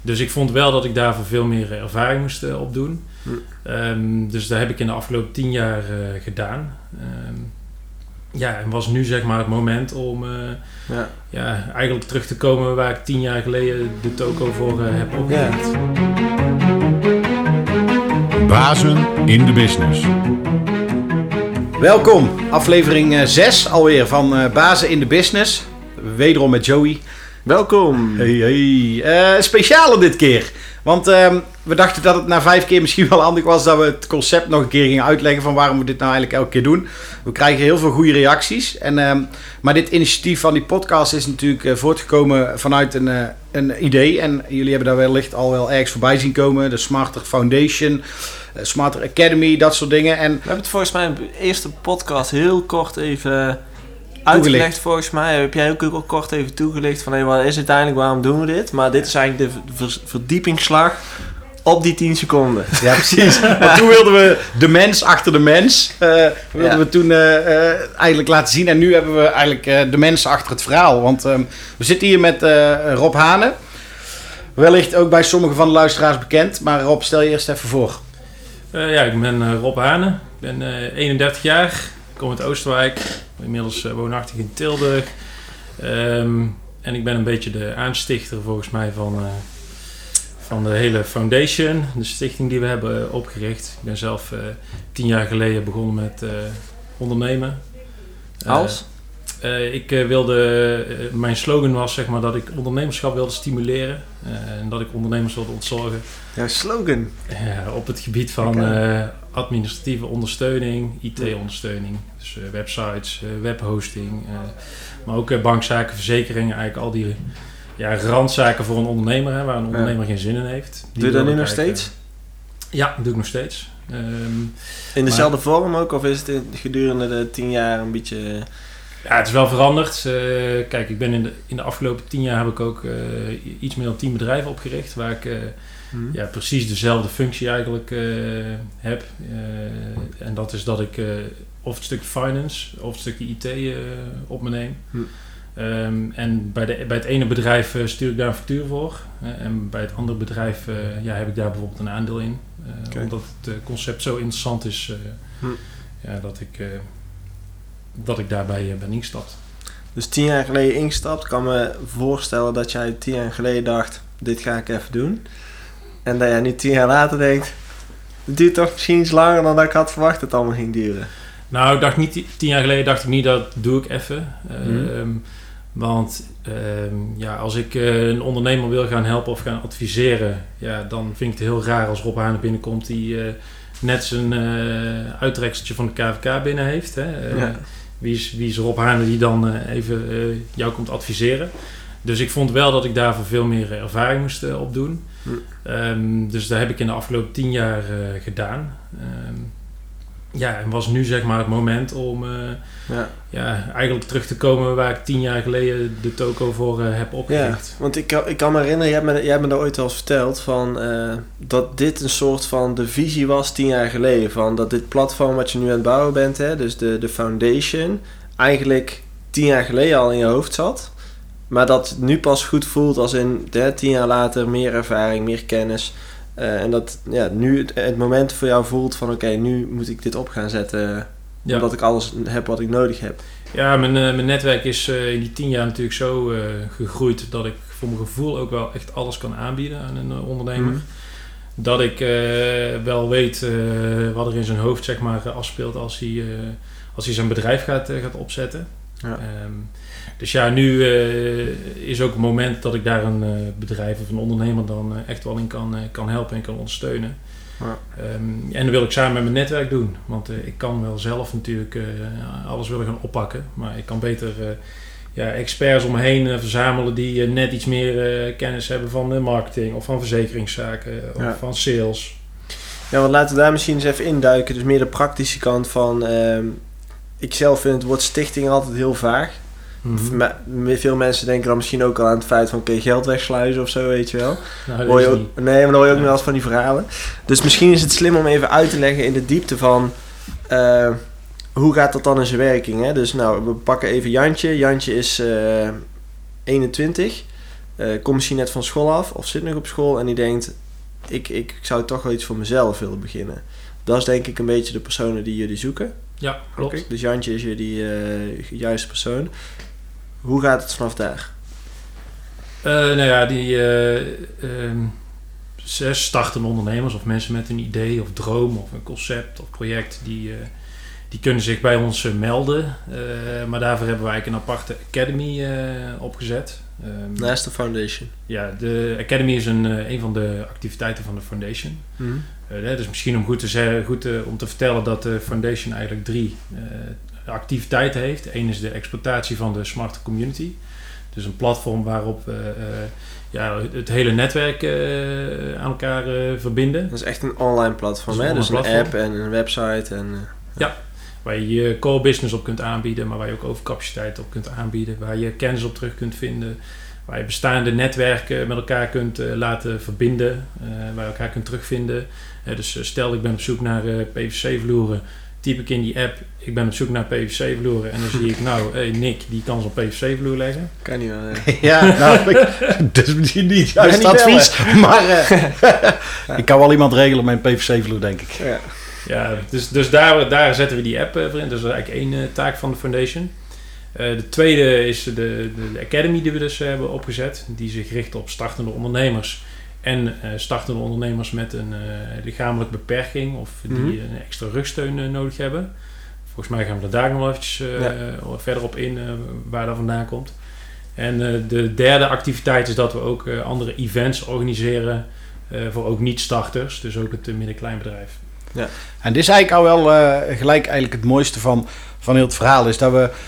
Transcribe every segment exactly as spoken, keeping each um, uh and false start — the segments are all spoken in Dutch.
Dus ik vond wel dat ik daarvoor veel meer ervaring moest uh, opdoen. Hm. Um, dus dat heb ik in de afgelopen tien jaar uh, gedaan. Um, ja, en was nu zeg maar het moment om uh, ja. Ja, eigenlijk terug te komen waar ik tien jaar geleden de toko voor uh, heb opgericht. Ja. Bazen in de business. Welkom, aflevering zes alweer van uh, Bazen in de Business. Wederom met Joey. Welkom. Hey, hey. Uh, speciale dit keer. Want uh, we dachten dat het na vijf keer misschien wel handig was dat we het concept nog een keer gingen uitleggen van waarom we dit nou eigenlijk elke keer doen. We krijgen heel veel goede reacties. En, uh, maar dit initiatief van die podcast is natuurlijk uh, voortgekomen vanuit een, uh, een idee. En jullie hebben daar wellicht al wel ergens voorbij zien komen. De Smarter Foundation, uh, Smarter Academy, dat soort dingen. En we hebben het volgens mij in de eerste podcast heel kort even uitgelegd. Toegelicht. Volgens mij heb jij ook, ook kort even toegelicht van hey, wat is het uiteindelijk, waarom doen we dit? Maar dit is eigenlijk de ver- verdiepingsslag op die tien seconden. Ja, precies. Want toen wilden we de mens achter de mens uh, wilden ja. we toen uh, uh, eigenlijk laten zien. En nu hebben we eigenlijk uh, de mens achter het verhaal. Want um, we zitten hier met uh, Rob Hane. Wellicht ook bij sommige van de luisteraars bekend. Maar Rob, stel je eerst even voor. Uh, ja, ik ben uh, Rob Hane. Ik ben uh, eenendertig jaar. Ik kom uit Oosterwijk. Inmiddels uh, woonachtig in Tilburg. Um, en ik ben een beetje de aanstichter volgens mij van, uh, van de hele foundation. De stichting die we hebben uh, opgericht. Ik ben zelf uh, tien jaar geleden begonnen met uh, ondernemen. Uh, Als? Uh, ik uh, wilde, uh, mijn slogan was zeg maar dat ik ondernemerschap wilde stimuleren. Uh, en dat ik ondernemers wilde ontzorgen. Jouw slogan? Uh, op het gebied van uh, administratieve ondersteuning, I T-ondersteuning. Dus uh, websites, uh, webhosting. Uh, maar ook uh, bankzaken, verzekeringen. Eigenlijk al die ja, randzaken voor een ondernemer, hè, waar een ondernemer ja. geen zin in heeft. Die doe je dat nu nog steeds? Uh, ja, dat doe ik nog steeds. Um, in dezelfde maar, vorm ook? Of is het in, gedurende de tien jaar een beetje... Ja, het is wel veranderd. Uh, kijk, ik ben in de, in de afgelopen tien jaar heb ik ook uh, iets meer dan tien bedrijven opgericht. Waar ik uh, hmm. ja, precies dezelfde functie eigenlijk uh, heb. Uh, en dat is dat ik uh, of het stukje finance of het stukje I T uh, op me neem. Hmm. Um, en bij, de, bij het ene bedrijf uh, stuur ik daar een factuur voor. Uh, en bij het andere bedrijf uh, ja, heb ik daar bijvoorbeeld een aandeel in. Uh, okay. Omdat het uh, concept zo interessant is uh, hmm. ja, dat ik... Uh, dat ik daarbij ben ingestapt. Dus tien jaar geleden ingestapt. Ik kan me voorstellen dat jij tien jaar geleden dacht, dit ga ik even doen. En dat jij nu tien jaar later denkt, het duurt toch misschien iets langer dan dat ik had verwacht dat het allemaal ging duren. Nou, ik dacht niet, tien jaar geleden dacht ik niet dat doe ik even. Hmm. Um, want um, ja, als ik uh, een ondernemer wil gaan helpen of gaan adviseren, ja, dan vind ik het heel raar als Rob Hane binnenkomt die uh, net zijn uh, uittrekseltje van de K V K binnen heeft. Hè. Uh, ja. Wie is, wie is Rob Hane die dan uh, even uh, jou komt adviseren? Dus ik vond wel dat ik daarvoor veel meer ervaring moest uh, opdoen. Hm. Um, dus dat heb ik in de afgelopen tien jaar uh, gedaan. Um, ja, en was nu zeg maar het moment om uh, ja. Ja, eigenlijk terug te komen waar ik tien jaar geleden de toko voor uh, heb opgericht. Ja, want ik, ik kan me herinneren, jij hebt me, jij hebt me daar ooit al eens verteld van, uh, dat dit een soort van de visie was tien jaar geleden. Van dat dit platform wat je nu aan het bouwen bent, hè, dus de, de foundation, eigenlijk tien jaar geleden al in je hoofd zat. Maar dat het nu pas goed voelt als in hè, tien jaar later meer ervaring, meer kennis. Uh, en dat ja, nu het, het moment voor jou voelt van oké, okay, nu moet ik dit op gaan zetten. Ja. Omdat ik alles heb wat ik nodig heb. Ja, mijn, uh, mijn netwerk is uh, in die tien jaar natuurlijk zo uh, gegroeid dat ik voor mijn gevoel ook wel echt alles kan aanbieden aan een uh, ondernemer. Mm. Dat ik uh, wel weet uh, wat er in zijn hoofd zeg maar afspeelt als hij, uh, als hij zijn bedrijf gaat, uh, gaat opzetten. Ja. Um, dus ja, nu uh, is ook het moment dat ik daar een uh, bedrijf of een ondernemer dan uh, echt wel in kan, uh, kan helpen en kan ondersteunen. Ja. Um, en dat wil ik samen met mijn netwerk doen. Want uh, ik kan wel zelf natuurlijk uh, alles willen gaan oppakken. Maar ik kan beter uh, ja, experts om me heen uh, verzamelen die uh, net iets meer uh, kennis hebben van uh, marketing of van verzekeringszaken of ja. van sales. Ja, want laten we daar misschien eens even induiken. Dus meer de praktische kant van... Uh, ik zelf vind het woord stichting altijd heel vaag. Mm-hmm. Veel mensen denken dan misschien ook al aan het feit van oké, okay, geld wegsluizen of zo, weet je wel. Nou, hoor je ook, nee, maar dan hoor je ook ja. nog wel eens van die verhalen. Dus misschien is het slim om even uit te leggen in de diepte van uh, hoe gaat dat dan in zijn werking. Hè? Dus nou, we pakken even Jantje. Jantje is uh, eenentwintig. uh, komt misschien net van school af of zit nog op school en die denkt, ik, ik zou toch wel iets voor mezelf willen beginnen. Dat is denk ik een beetje de personen die jullie zoeken. Ja, klopt. Okay. Dus Jantje is jullie uh, juiste persoon. Hoe gaat het vanaf daar? Uh, nou ja, die uh, um, zes startende ondernemers of mensen met een idee of droom of een concept of project, die, uh, die kunnen zich bij ons uh, melden. Uh, maar daarvoor hebben wij eigenlijk een aparte academy uh, opgezet. Um, Naast de foundation? Ja, de academy is een, uh, een van de activiteiten van de foundation. Mm-hmm. Uh, dus misschien om goed te, zeggen, goed te, om te vertellen dat de foundation eigenlijk drie uh, activiteiten heeft. Eén is de exploitatie van de smart community. Dus een platform waarop we uh, uh, ja, het hele netwerk uh, aan elkaar uh, verbinden. Dat is echt een online platform, hè? Dus een platform. App en een website. En, uh, ja. ja, waar je je core business op kunt aanbieden, maar waar je ook overcapaciteit op kunt aanbieden. Waar je kennis op terug kunt vinden. Waar je bestaande netwerken met elkaar kunt uh, laten verbinden. Uh, waar je elkaar kunt terugvinden. Uh, dus uh, stel ik ben op zoek naar uh, P V C-vloeren. Typ ik in die app, ik ben op zoek naar P V C-vloeren. En dan zie ik, nou, hey, Nick, die kan zo'n P V C-vloer leggen. Kan niet wel, ja. ja, nou, ik, dus misschien niet juist advies. Maar uh, ik kan wel iemand regelen met een P V C-vloer, denk ik. Ja, ja dus, dus daar, daar zetten we die app uh, voor in. Dus dat is eigenlijk één uh, taak van de foundation. Uh, de tweede is de, de, de academy die we dus uh, hebben opgezet. Die zich richt op startende ondernemers. En uh, startende ondernemers met een uh, lichamelijke beperking of die mm-hmm. een extra rugsteun uh, nodig hebben. Volgens mij gaan we er daar nog wel eventjes uh, ja. verder op in uh, waar dat vandaan komt. En uh, de derde activiteit is dat we ook uh, andere events organiseren uh, voor ook niet-starters. Dus ook het uh, midden-kleinbedrijf. Ja. En dit is eigenlijk al wel uh, gelijk eigenlijk het mooiste van, van heel het verhaal. Is dat we...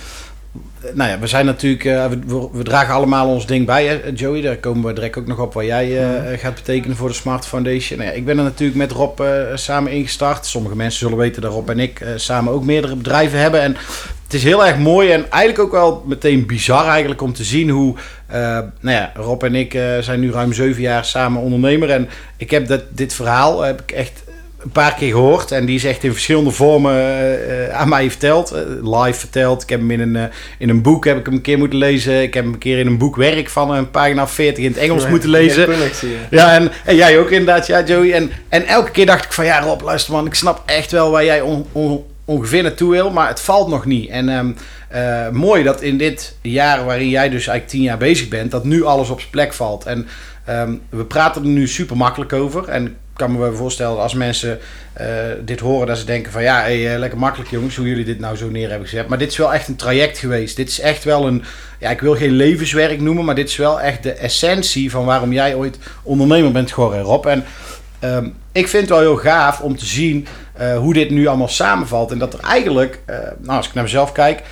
Nou ja, we zijn natuurlijk, uh, we, we dragen allemaal ons ding bij, hè, Joey. Daar komen we direct ook nog op wat jij uh, gaat betekenen voor de Smart Foundation. Nou ja, ik ben er natuurlijk met Rob uh, samen ingestart. Sommige mensen zullen weten dat Rob en ik uh, samen ook meerdere bedrijven hebben. En het is heel erg mooi en eigenlijk ook wel meteen bizar eigenlijk om te zien hoe... Uh, nou ja, Rob en ik uh, zijn nu ruim zeven jaar samen ondernemer. En ik heb dat, dit verhaal heb ik echt... een paar keer gehoord en die is echt in verschillende vormen uh, aan mij verteld, uh, live verteld. Ik heb hem in een, uh, in een boek heb ik hem een keer moeten lezen. Ik heb hem een keer in een boekwerk van een pagina veertig in het Engels ja, moeten lezen. Connectie, ja, ja en, en jij ook inderdaad, ja Joey. En, en elke keer dacht ik van ja Rob, luister man, ik snap echt wel waar jij on, on, ongeveer naartoe wil, maar het valt nog niet. En um, uh, mooi dat in dit jaar waarin jij dus eigenlijk tien jaar bezig bent, dat nu alles op zijn plek valt. En um, we praten er nu super makkelijk over en ik kan me voorstellen als mensen uh, dit horen dat ze denken van ja, hey, lekker makkelijk jongens hoe jullie dit nou zo neer hebben gezet. Maar dit is wel echt een traject geweest. Dit is echt wel een, ja ik wil geen levenswerk noemen, maar dit is wel echt de essentie van waarom jij ooit ondernemer bent geworden, Rob. En um, ik vind het wel heel gaaf om te zien uh, hoe dit nu allemaal samenvalt. En dat er eigenlijk, uh, nou als ik naar mezelf kijk,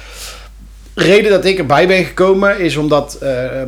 de reden dat ik erbij ben gekomen is omdat uh, uh,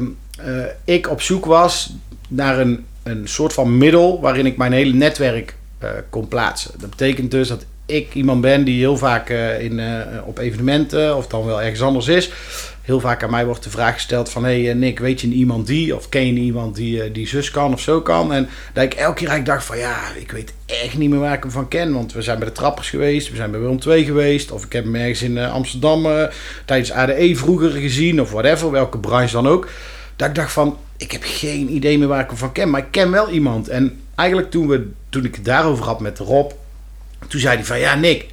ik op zoek was naar een een soort van middel waarin ik mijn hele netwerk uh, kon plaatsen. Dat betekent dus dat ik iemand ben die heel vaak uh, in, uh, op evenementen of dan wel ergens anders is. Heel vaak aan mij wordt de vraag gesteld van hey uh, Nick, weet je iemand die? Of ken je iemand die, uh, die zus kan of zo kan? En dat ik elke keer eigenlijk dacht van ja, ik weet echt niet meer waar ik hem van ken. Want we zijn bij de Trappers geweest, we zijn bij Willem twee geweest. Of ik heb hem ergens in uh, Amsterdam uh, tijdens A D E vroeger gezien of whatever, welke branche dan ook. Dat ik dacht van, ik heb geen idee meer waar ik hem van ken, maar ik ken wel iemand. En eigenlijk toen, we, toen ik het daarover had met Rob, toen zei hij van, ja Nick,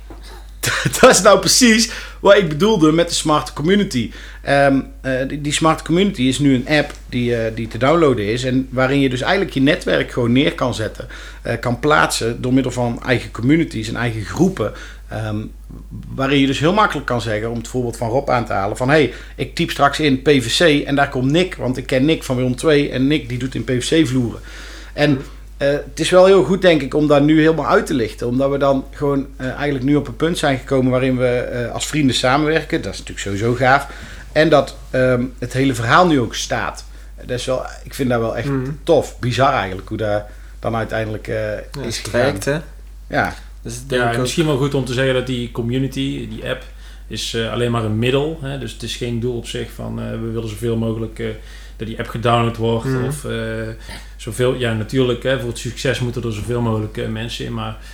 dat is nou precies wat ik bedoelde met de Smart Community. Um, uh, die, die Smart Community is nu een app die, uh, die te downloaden is en waarin je dus eigenlijk je netwerk gewoon neer kan zetten, uh, kan plaatsen door middel van eigen communities en eigen groepen. Um, waarin je dus heel makkelijk kan zeggen, om het voorbeeld van Rob aan te halen, van hey, ik typ straks in P V C en daar komt Nick, want ik ken Nick van Willem twee en Nick die doet in P V C vloeren. En uh, het is wel heel goed denk ik om daar nu helemaal uit te lichten, omdat we dan gewoon uh, eigenlijk nu op een punt zijn gekomen waarin we uh, als vrienden samenwerken, dat is natuurlijk sowieso gaaf, en dat um, het hele verhaal nu ook staat. Dat is wel, ik vind dat wel echt mm. tof, bizar eigenlijk, hoe dat dan uiteindelijk uh, ja, is gegaan. Hè? Ja. Dus ja, ook... misschien wel goed om te zeggen dat die community, die app, is uh, alleen maar een middel. Hè? Dus het is geen doel op zich van uh, we willen zoveel mogelijk uh, dat die app gedownload wordt. Mm. Of uh, zoveel, ja natuurlijk, hè, voor het succes moeten er zoveel mogelijk uh, mensen in. Maar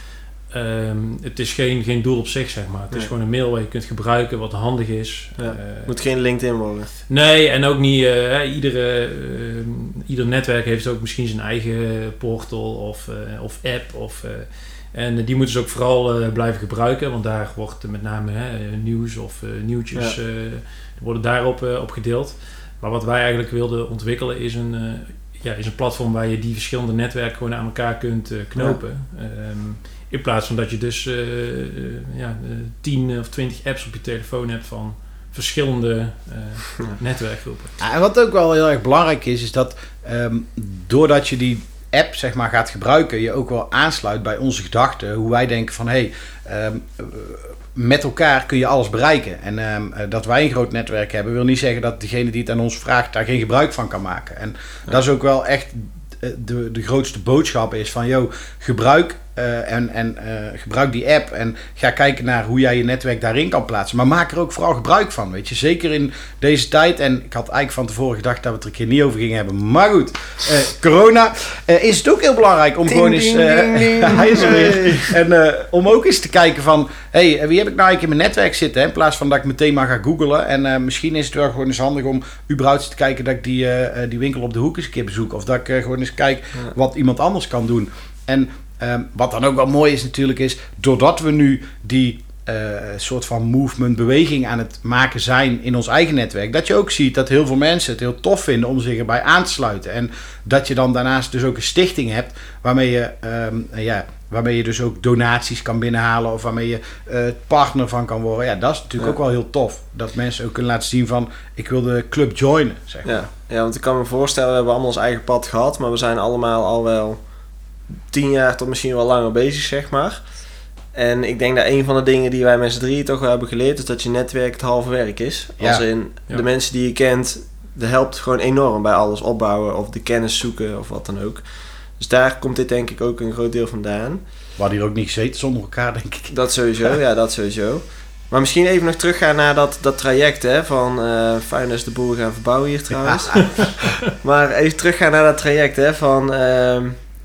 Um, het is geen, geen doel op zich, zeg maar. Het nee. is gewoon een mail waar je kunt gebruiken, wat handig is. Ja. Uh, moet geen LinkedIn worden. Nee, en ook niet... Uh, iedere, uh, ieder netwerk heeft ook misschien zijn eigen portal of, uh, of app. Of, uh, en uh, die moeten ze ook vooral uh, blijven gebruiken, want daar wordt uh, met name uh, nieuws of uh, nieuwtjes... Ja. Uh, worden daarop uh, op gedeeld. Maar wat wij eigenlijk wilden ontwikkelen is een... Uh, ja, is een platform waar je die verschillende netwerken gewoon aan elkaar kunt uh, knopen. Ja. Um, in plaats van dat je dus uh, uh, ja, uh, tien of twintig apps op je telefoon hebt van verschillende uh, ja. netwerkgroepen. Ja, en wat ook wel heel erg belangrijk is, is dat um, doordat je die app zeg maar gaat gebruiken, je ook wel aansluit bij onze gedachten. Hoe wij denken van, hé, hey, um, uh, met elkaar kun je alles bereiken. En um, uh, dat wij een groot netwerk hebben, wil niet zeggen dat degene die het aan ons vraagt daar geen gebruik van kan maken. En ja. dat is ook wel echt de, de grootste boodschap is van, joh, gebruik uh, en, en uh, gebruik die app en ga kijken naar hoe jij je netwerk daarin kan plaatsen. Maar maak er ook vooral gebruik van, weet je. Zeker in deze tijd. En ik had eigenlijk van tevoren gedacht dat we het er een keer niet over gingen hebben. Maar goed, uh, corona uh, is het ook heel belangrijk om ding, gewoon eens... Uh, ding, ding, hij is er weer. En uh, om ook eens te kijken van, hé, hey, wie heb ik nou eigenlijk in mijn netwerk zitten? Hè? In plaats van dat ik meteen maar ga googlen. En uh, misschien is het wel gewoon eens handig om überhaupt eens te kijken dat ik die, uh, die winkel op de hoek eens een keer bezoek. Of dat ik uh, gewoon eens kijk ja. wat iemand anders kan doen. En um, wat dan ook wel mooi is natuurlijk is, doordat we nu die uh, soort van movement, beweging aan het maken zijn in ons eigen netwerk, dat je ook ziet dat heel veel mensen het heel tof vinden om zich erbij aan te sluiten. En dat je dan daarnaast dus ook een stichting hebt waarmee je, um, ja, waarmee je dus ook donaties kan binnenhalen of waarmee je uh, partner van kan worden. Ja, dat is natuurlijk ja. ook wel heel tof. Dat mensen ook kunnen laten zien van, ik wil de club joinen, zeg maar. Ja, ja, want ik kan me voorstellen, we hebben allemaal ons eigen pad gehad, maar we zijn allemaal al wel tien jaar tot misschien wel langer bezig, zeg maar. En ik denk dat een van de dingen die wij met z'n drieën toch wel hebben geleerd, is dat je netwerk het halve werk is. Ja. Als in, ja. de mensen die je kent, dat helpt gewoon enorm bij alles opbouwen of de kennis zoeken of wat dan ook. Dus daar komt dit denk ik ook een groot deel vandaan. We hadden hier ook niet gezeten zonder elkaar, denk ik. Dat sowieso, ja, dat sowieso. Maar misschien even nog teruggaan naar dat, dat traject, hè, van uh, fijn dat de boeren gaan verbouwen hier trouwens. Ja. Maar even teruggaan naar dat traject, hè, van uh,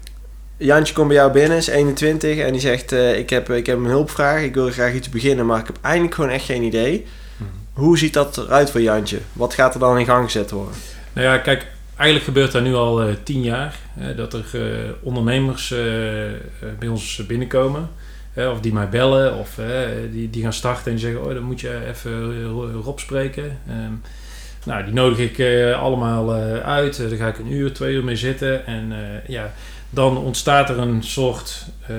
Jantje komt bij jou binnen, is eenentwintig en die zegt, uh, ik, heb, ik heb een hulpvraag, ik wil graag iets beginnen, maar ik heb eigenlijk gewoon echt geen idee. Hmm. Hoe ziet dat eruit voor Jantje? Wat gaat er dan in gang gezet worden? Nou ja, kijk, eigenlijk gebeurt dat nu al uh, tien jaar, hè, dat er uh, ondernemers uh, bij ons binnenkomen. Uh, of die mij bellen of uh, die, die gaan starten en die zeggen, oh, dan moet je even Rob spreken. Um, nou, die nodig ik uh, allemaal uh, uit. Uh, daar ga ik een uur, twee uur mee zitten. En uh, ja, dan ontstaat er een soort uh,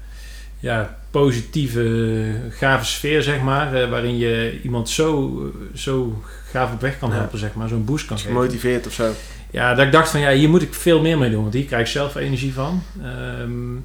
ja, positieve, gave sfeer, zeg maar. Uh, waarin je iemand zo, zo gaaf op weg kan helpen, ja. zeg maar. Zo'n boost kan geven. Gemotiveerd of zo. Ja, dat ik dacht van, ja, hier moet ik veel meer mee doen. Want hier krijg ik zelf energie van. Um,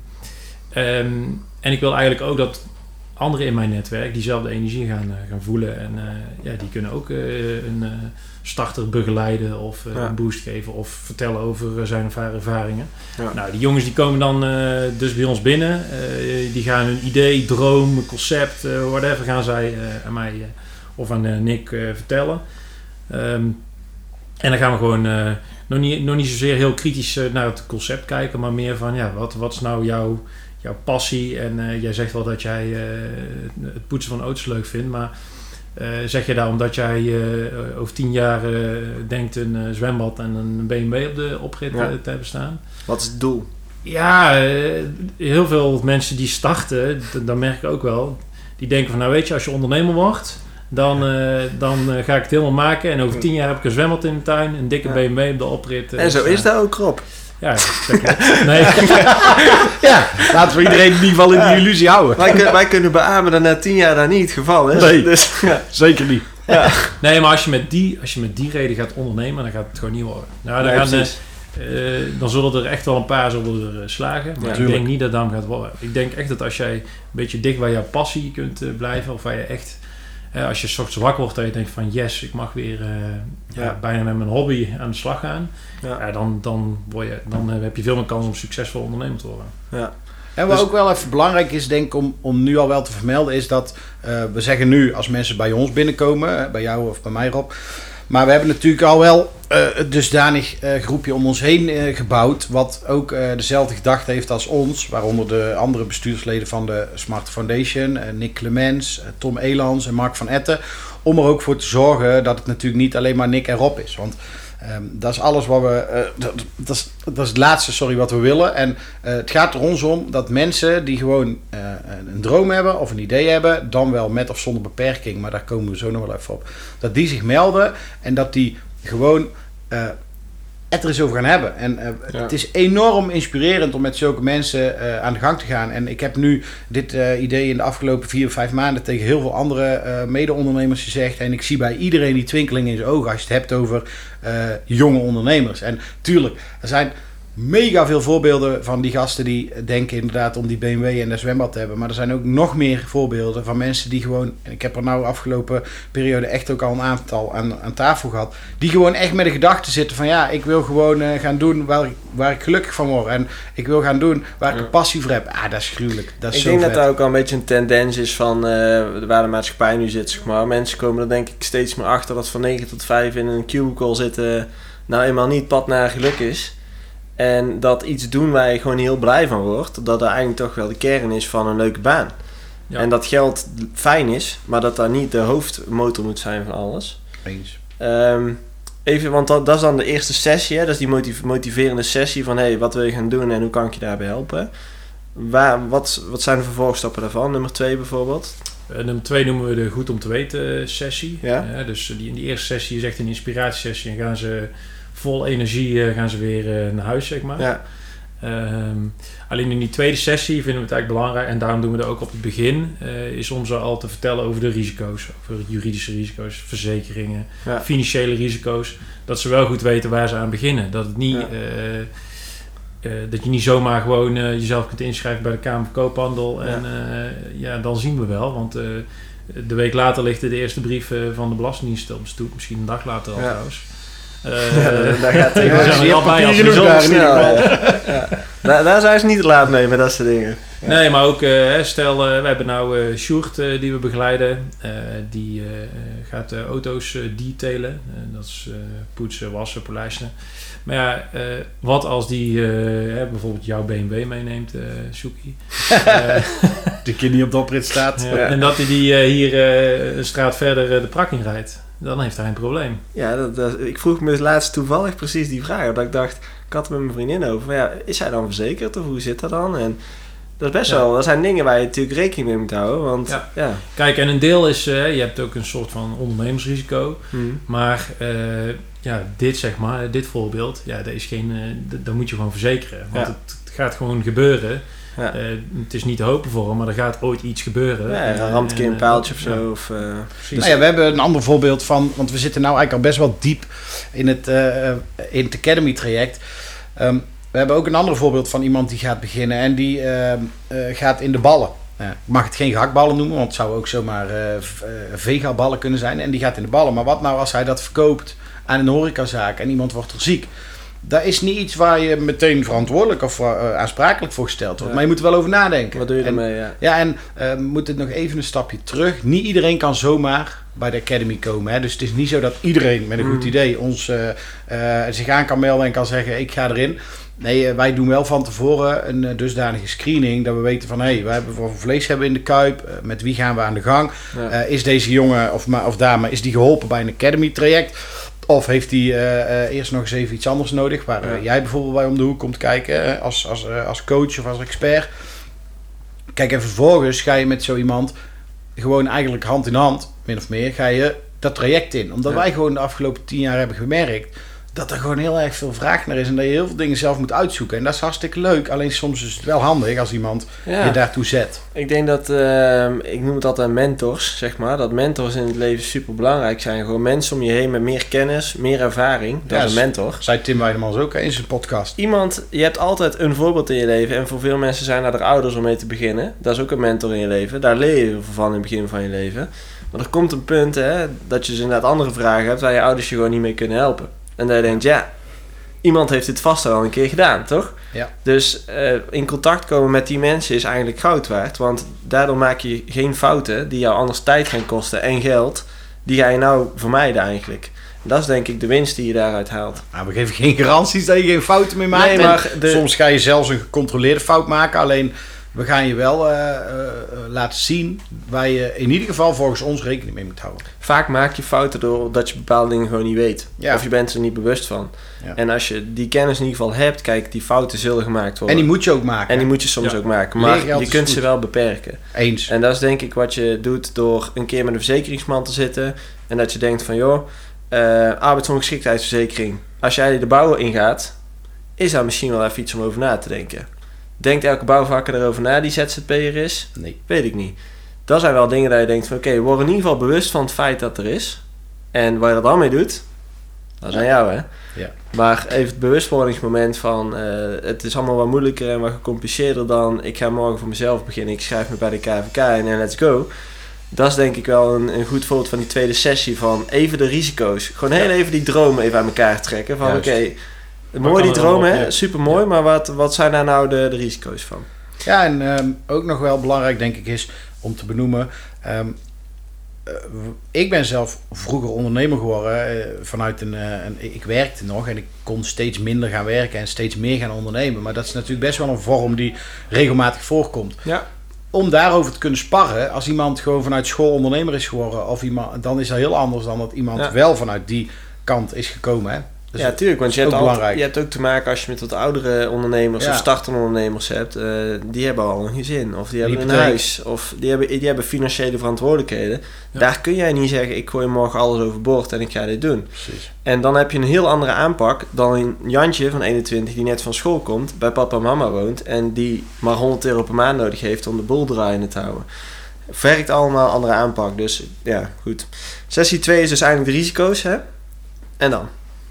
um, En ik wil eigenlijk ook dat anderen in mijn netwerk diezelfde energie gaan, uh, gaan voelen. En uh, ja, die kunnen ook uh, een uh, starter begeleiden of uh, ja. een boost geven of vertellen over uh, zijn of haar ervaringen. Ja. Nou, die jongens die komen dan uh, dus bij ons binnen. Uh, die gaan hun idee, droom, concept, uh, whatever gaan zij uh, aan mij uh, of aan uh, Nick uh, vertellen. Um, en dan gaan we gewoon uh, nog, niet, nog niet zozeer heel kritisch uh, naar het concept kijken, maar meer van ja, wat, wat is nou jouw... jouw passie en uh, jij zegt wel dat jij uh, het poetsen van auto's leuk vindt, maar uh, zeg je daar omdat jij uh, over tien jaar uh, denkt een uh, zwembad en een B M W op de oprit ja. te hebben staan? Wat is het doel? Ja, uh, heel veel mensen die starten, d- dan merk ik ook wel, die denken van nou weet je, als je ondernemer wordt, dan, uh, dan uh, ga ik het helemaal maken en over tien jaar heb ik een zwembad in de tuin, een dikke ja. B M W op de oprit. Uh, en zo staan. is dat ook, Rob. Ja, zeker. Nee. ja, laten we iedereen in ieder geval in die illusie houden. Wij, kun, wij kunnen beamen dat na tien jaar dat niet het geval is. Nee, dus, ja. zeker niet. Ja. Nee, maar als je, met die, als je met die reden gaat ondernemen, dan gaat het gewoon niet worden. Nou, dan, nee, gaan, uh, dan zullen er echt wel een paar zullen er, uh, slagen. Maar ja, ik denk niet dat dat gaat worden. Ik denk echt dat als jij een beetje dicht bij jouw passie kunt uh, blijven, of waar je echt... Uh, als je 's ochtends wakker wordt en je denkt van yes, ik mag weer uh, ja. Ja, bijna met mijn hobby aan de slag gaan. Ja. Ja, dan, dan, word je, dan uh, heb je veel meer kans om succesvol ondernemer te worden. Ja. En wat dus, ook wel even belangrijk is, denk ik, om, om nu al wel te vermelden, is dat uh, we zeggen nu, als mensen bij ons binnenkomen, bij jou of bij mij Rob, Maar we hebben natuurlijk al wel uh, een dusdanig uh, groepje om ons heen uh, gebouwd. Wat ook uh, dezelfde gedachte heeft als ons. Waaronder de andere bestuursleden van de Smart Foundation. Uh, Nick Clemens, uh, Tom Elans en Mark van Etten. Om er ook voor te zorgen dat het natuurlijk niet alleen maar Nick en Rob is. Want um, dat is alles wat we... Uh, dat, dat, is, dat is het laatste, sorry, wat we willen. En uh, het gaat er ons om dat mensen die gewoon uh, een droom hebben of een idee hebben, dan wel met of zonder beperking, maar daar komen we zo nog wel even op, dat die zich melden en dat die gewoon uh, het er eens over gaan hebben. En uh, ja. Het is enorm inspirerend om met zulke mensen uh, aan de gang te gaan. En ik heb nu dit uh, idee in de afgelopen vier of vijf maanden tegen heel veel andere uh, mede-ondernemers gezegd. En ik zie bij iedereen die twinkeling in zijn ogen als je het hebt over uh, jonge ondernemers. En tuurlijk, er zijn mega veel voorbeelden van die gasten die denken inderdaad om die B M W en de zwembad te hebben. Maar er zijn ook nog meer voorbeelden van mensen die gewoon, en ik heb er nou de afgelopen periode echt ook al een aantal aan, aan tafel gehad, die gewoon echt met de gedachte zitten van ja, ik wil gewoon uh, gaan doen waar ik, waar ik gelukkig van word. En ik wil gaan doen waar ik een passie voor heb. Ah, dat is gruwelijk. Dat is ik zo denk vet. dat dat ook al een beetje een tendens is van uh, waar de maatschappij nu zit, zeg maar. Mensen komen er denk ik steeds meer achter dat van negen tot vijf in een cubicle zitten nou eenmaal niet pad naar geluk is. En dat iets doen waar je gewoon heel blij van wordt, dat dat eigenlijk toch wel de kern is van een leuke baan. Ja. En dat geld fijn is, maar dat dat niet de hoofdmotor moet zijn van alles. Eens. Um, even, want dat, dat is dan de eerste sessie, hè? Dat is die motiv- motiverende sessie van hey, wat wil je gaan doen en hoe kan ik je daarbij helpen? Waar, wat, wat zijn de vervolgstappen daarvan? Nummer twee bijvoorbeeld? Uh, nummer twee noemen we de Goed om te weten sessie. Ja? Uh, dus die, in die eerste sessie is echt een inspiratiesessie en gaan ze vol energie uh, gaan ze weer uh, naar huis, zeg maar. Ja. Um, alleen in die tweede sessie vinden we het eigenlijk belangrijk, en daarom doen we dat ook op het begin, uh, is om ze al te vertellen over de risico's, over juridische risico's, verzekeringen, ja. financiële risico's, dat ze wel goed weten waar ze aan beginnen. Dat het niet, ja. uh, uh, dat je niet zomaar gewoon uh, jezelf kunt inschrijven bij de Kamer van Koophandel en ja, uh, ja dan zien we wel, want uh, de week later ligt de eerste brief uh, van de Belastingdienst op de stoep, misschien een dag later al ja. trouwens. Uh, ja, daar gaat het ja, zijn al bij als daar, snel, ja. Ja. Daar, daar zijn ze niet te laat mee met dat soort dingen. Ja. Nee, maar ook uh, stel, uh, we hebben nou uh, Sjoerd uh, die we begeleiden. Uh, die uh, gaat uh, auto's uh, detailen. Uh, dat is uh, poetsen, wassen, polijsten. Maar ja, uh, wat als die uh, hè, bijvoorbeeld jouw B M W meeneemt, uh, Sjoekie. Uh, de keer niet op de oprit staat. Ja, ja. En dat hij die uh, hier uh, een straat verder uh, de prak in rijdt. Dan heeft hij een probleem. Ja, dat, dat, ik vroeg me laatst toevallig precies die vraag. Dat ik dacht, ik had het met mijn vriendin over. Maar ja, is hij dan verzekerd of hoe zit dat dan? En dat is best ja. wel, dat zijn dingen waar je natuurlijk rekening mee moet houden. Want, ja. Ja. Kijk, en een deel is, uh, je hebt ook een soort van ondernemersrisico. Hmm. Maar uh, ja, dit zeg maar, dit voorbeeld, ja, dat is geen, uh, d- dat moet je gewoon verzekeren. Want ja. het, het gaat gewoon gebeuren. Ja. Uh, het is niet te hopen voor hem, maar er gaat ooit iets gebeuren. Ja, een ramt een keer een paaltje of zo. Ja. Of, uh, dus nou ja, we hebben een ander voorbeeld van, want we zitten nou eigenlijk al best wel diep in het, uh, in het Academy traject. Um, we hebben ook een ander voorbeeld van iemand die gaat beginnen en die uh, uh, gaat in de ballen. Uh, ik mag het geen gehaktballen noemen, want het zou ook zomaar uh, v- uh, vegaballen kunnen zijn. En die gaat in de ballen. Maar wat nou als hij dat verkoopt aan een horecazaak en iemand wordt er ziek? Dat is niet iets waar je meteen verantwoordelijk of uh, aansprakelijk voor gesteld wordt. Ja. Maar je moet er wel over nadenken. Wat doe je en, ermee? Ja, ja en uh, moet het nog even een stapje terug. Niet iedereen kan zomaar bij de Academy komen. Hè? Dus het is niet zo dat iedereen met een mm. goed idee ons uh, uh, zich aan kan melden en kan zeggen ik ga erin. Nee, uh, wij doen wel van tevoren een uh, dusdanige screening. Dat we weten van hé, hey, wij hebben voor vlees hebben in de kuip. Uh, met wie gaan we aan de gang? Ja. Uh, is deze jongen of, of dame, is die geholpen bij een Academy traject? Of heeft hij uh, uh, eerst nog eens even iets anders nodig, waar uh, ja. jij bijvoorbeeld bij om de hoek komt kijken uh, als, als, uh, als coach of als expert. Kijk, en vervolgens ga je met zo iemand gewoon eigenlijk hand in hand, min of meer, ga je dat traject in. Omdat ja. wij gewoon de afgelopen tien jaar hebben gemerkt dat er gewoon heel erg veel vraag naar is en dat je heel veel dingen zelf moet uitzoeken. En dat is hartstikke leuk, alleen soms is het wel handig als iemand ja. je daartoe zet. Ik denk dat, uh, ik noem het altijd mentors, zeg maar, dat mentors in het leven super belangrijk zijn. Gewoon mensen om je heen met meer kennis, meer ervaring. Dat ja, is een mentor. Zei Tim Weidemans ook in zijn podcast. Iemand, je hebt altijd een voorbeeld in je leven en voor veel mensen zijn dat er ouders om mee te beginnen. Dat is ook een mentor in je leven. Daar leer je van in het begin van je leven. Maar er komt een punt, hè, dat je dus inderdaad andere vragen hebt waar je ouders je gewoon niet mee kunnen helpen. En dat je denkt, ja, iemand heeft dit vast al een keer gedaan, toch? Ja. Dus uh, in contact komen met die mensen is eigenlijk goud waard. Want daardoor maak je geen fouten die jou anders tijd gaan kosten en geld. Die ga je nou vermijden eigenlijk. Dat is denk ik de winst die je daaruit haalt. Nou, we geven geen garanties dat je geen fouten meer maakt. Nee, maar de... Soms ga je zelfs een gecontroleerde fout maken. Alleen we gaan je wel uh, uh, laten zien waar je in ieder geval volgens ons rekening mee moet houden. Vaak maak je fouten doordat je bepaalde dingen gewoon niet weet. Ja. Of je bent er niet bewust van. Ja. En als je die kennis in ieder geval hebt, kijk, die fouten zullen gemaakt worden. En die moet je ook maken. En die moet je soms Ja. ook maken. Maar Leergeld je is kunt goed. ze wel beperken. Eens. En dat is denk ik wat je doet door een keer met een verzekeringsman te zitten. En dat je denkt van, joh, uh, arbeidsongeschiktheidsverzekering. Als jij de bouw ingaat, is daar misschien wel even iets om over na te denken. Denkt elke bouwvakker erover na die Z Z P'er is? Nee. Weet ik niet. Dat zijn wel dingen dat je denkt van, oké, okay, we worden in ieder geval bewust van het feit dat er is. En wat je er dan mee doet, dat is aan jou, hè? Ja. Maar even het bewustwordingsmoment van, uh, het is allemaal wat moeilijker en wat gecompliceerder dan, ik ga morgen voor mezelf beginnen, ik schrijf me bij de K V K en uh, let's go. Dat is denk ik wel een, een goed voorbeeld van die tweede sessie van even de risico's. Gewoon heel even die dromen even aan elkaar trekken. Van oké, okay, mooi die dromen, hè? Super mooi, maar wat, wat zijn daar nou de, de risico's van? Ja, en um, ook nog wel belangrijk denk ik is om te benoemen. Um, uh, ik ben zelf vroeger ondernemer geworden uh, vanuit een, uh, een... Ik werkte nog en ik kon steeds minder gaan werken en steeds meer gaan ondernemen. Maar dat is natuurlijk best wel een vorm die regelmatig voorkomt. Ja. Om daarover te kunnen sparren, als iemand gewoon vanuit school ondernemer is geworden, of iemand, dan is dat heel anders dan dat iemand ja. wel vanuit die kant is gekomen. Hè? Dus ja, tuurlijk, want je hebt, altijd, je hebt ook te maken als je met wat oudere ondernemers ja. of startende ondernemers hebt. Uh, die hebben al een gezin, of die hebben Hypotheek. een huis, of die hebben, die hebben financiële verantwoordelijkheden. Ja. Daar kun jij niet zeggen, ik gooi morgen alles overboord en ik ga dit doen. Precies. En dan heb je een heel andere aanpak dan een Jantje van eenentwintig die net van school komt, bij papa en mama woont en die maar honderd euro per maand nodig heeft om de boel draaiende te houden. Werkt allemaal andere aanpak, dus ja, goed. Sessie twee is dus eigenlijk de risico's, hè? En dan?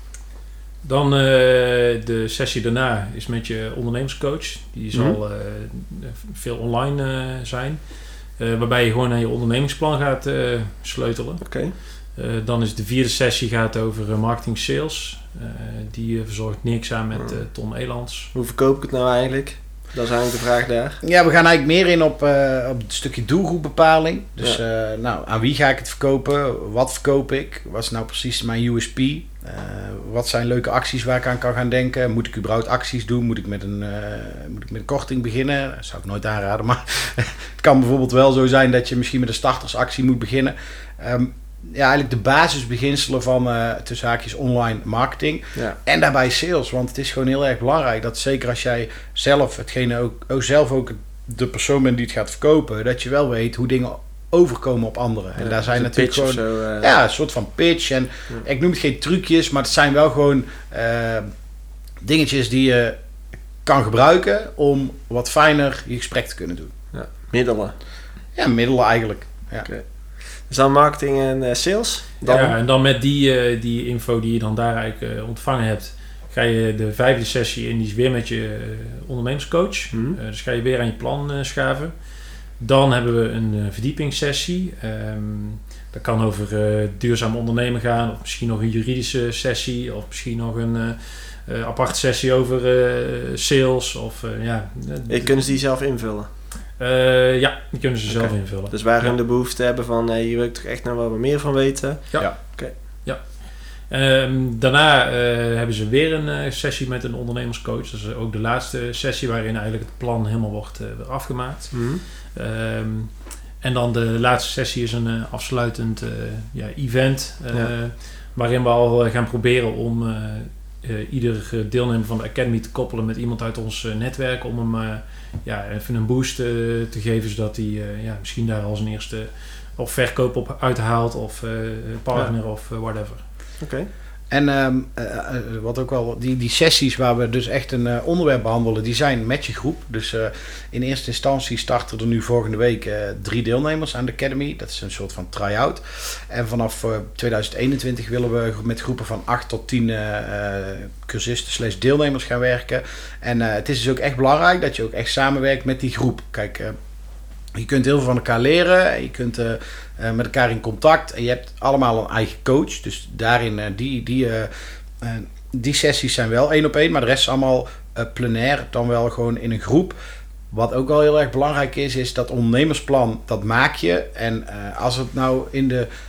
Dan uh, de sessie daarna is met je ondernemerscoach. Die zal mm-hmm. uh, veel online uh, zijn. Uh, waarbij je gewoon naar je ondernemingsplan gaat uh, sleutelen. Okay. Uh, dan is de vierde sessie gaat over uh, marketing sales. Uh, die uh, verzorgt Nick samen met uh, Ton Elands. Hoe verkoop ik het nou eigenlijk? Dat is eigenlijk de vraag daar. Ja, we gaan eigenlijk meer in op, uh, op het stukje doelgroepbepaling. Dus ja. uh, nou, aan wie ga ik het verkopen? Wat verkoop ik? Wat is nou precies mijn U S P? Uh, wat zijn leuke acties waar ik aan kan gaan denken? Moet ik überhaupt acties doen? Moet ik met een, uh, moet ik met een korting beginnen? Dat zou ik nooit aanraden. Maar het kan bijvoorbeeld wel zo zijn dat je misschien met een startersactie moet beginnen. Um, ja, eigenlijk de basisbeginselen van uh, tussen haakjes online marketing. Ja. En daarbij sales. Want het is gewoon heel erg belangrijk dat zeker als jij zelf hetgene ook, ook zelf ook de persoon bent die het gaat verkopen, dat je wel weet hoe dingen overkomen op anderen. Ja, en daar zijn natuurlijk gewoon zo, uh... ja, een soort van pitch. En ja. ik noem het geen trucjes, maar het zijn wel gewoon uh, dingetjes die je kan gebruiken om wat fijner je gesprek te kunnen doen. Ja, middelen. Ja, middelen eigenlijk. Ja. Okay. Dus dan marketing en uh, sales? Dan... Ja, en dan met die, uh, die info die je dan daar eigenlijk uh, ontvangen hebt, ga je de vijfde sessie in, die is weer met je uh, ondernemerscoach. Mm-hmm. Uh, dus ga je weer aan je plan uh, schaven. Dan hebben we een uh, verdiepingssessie. Um, dat kan over uh, duurzaam ondernemen gaan, of misschien nog een juridische sessie, of misschien nog een uh, uh, aparte sessie over uh, sales. Of, uh, ja, uh, kunnen ze die zelf invullen? Uh, ja, die kunnen ze okay. zelf invullen. Dus waar hun ja. de behoefte hebben van, hey, hier wil ik toch echt nog wel wat meer van weten? Ja. ja. Okay. ja. Um, daarna uh, hebben ze weer een uh, sessie met een ondernemerscoach. Dat is ook de laatste sessie waarin eigenlijk het plan helemaal wordt uh, afgemaakt. Mm-hmm. Um, en dan de laatste sessie is een uh, afsluitend uh, ja, event. Uh, ja. Waarin we al uh, gaan proberen om uh, uh, ieder deelnemer van de Academy te koppelen met iemand uit ons uh, netwerk. Om hem uh, ja, even een boost uh, te geven, zodat hij uh, ja, misschien daar als een eerste of verkoop op uithaalt of uh, partner ja. of uh, whatever. Oké. Okay. En um, uh, uh, wat ook wel, die, die sessies waar we dus echt een uh, onderwerp behandelen, die zijn met je groep. Dus uh, in eerste instantie starten er nu volgende week uh, drie deelnemers aan de Academy. Dat is een soort van try-out. En vanaf uh, tweeduizend eenentwintig willen we met groepen van acht tot tien uh, uh, cursisten slash deelnemers gaan werken. En uh, het is dus ook echt belangrijk dat je ook echt samenwerkt met die groep. Kijk, uh, je kunt heel veel van elkaar leren. Je kunt uh, uh, met elkaar in contact. En je hebt allemaal een eigen coach. Dus daarin, uh, die, die, uh, uh, die sessies zijn wel één op één. Maar de rest is allemaal uh, plenair. Dan wel gewoon in een groep. Wat ook wel heel erg belangrijk is, is dat ondernemersplan, dat maak je. En uh, als het nou in de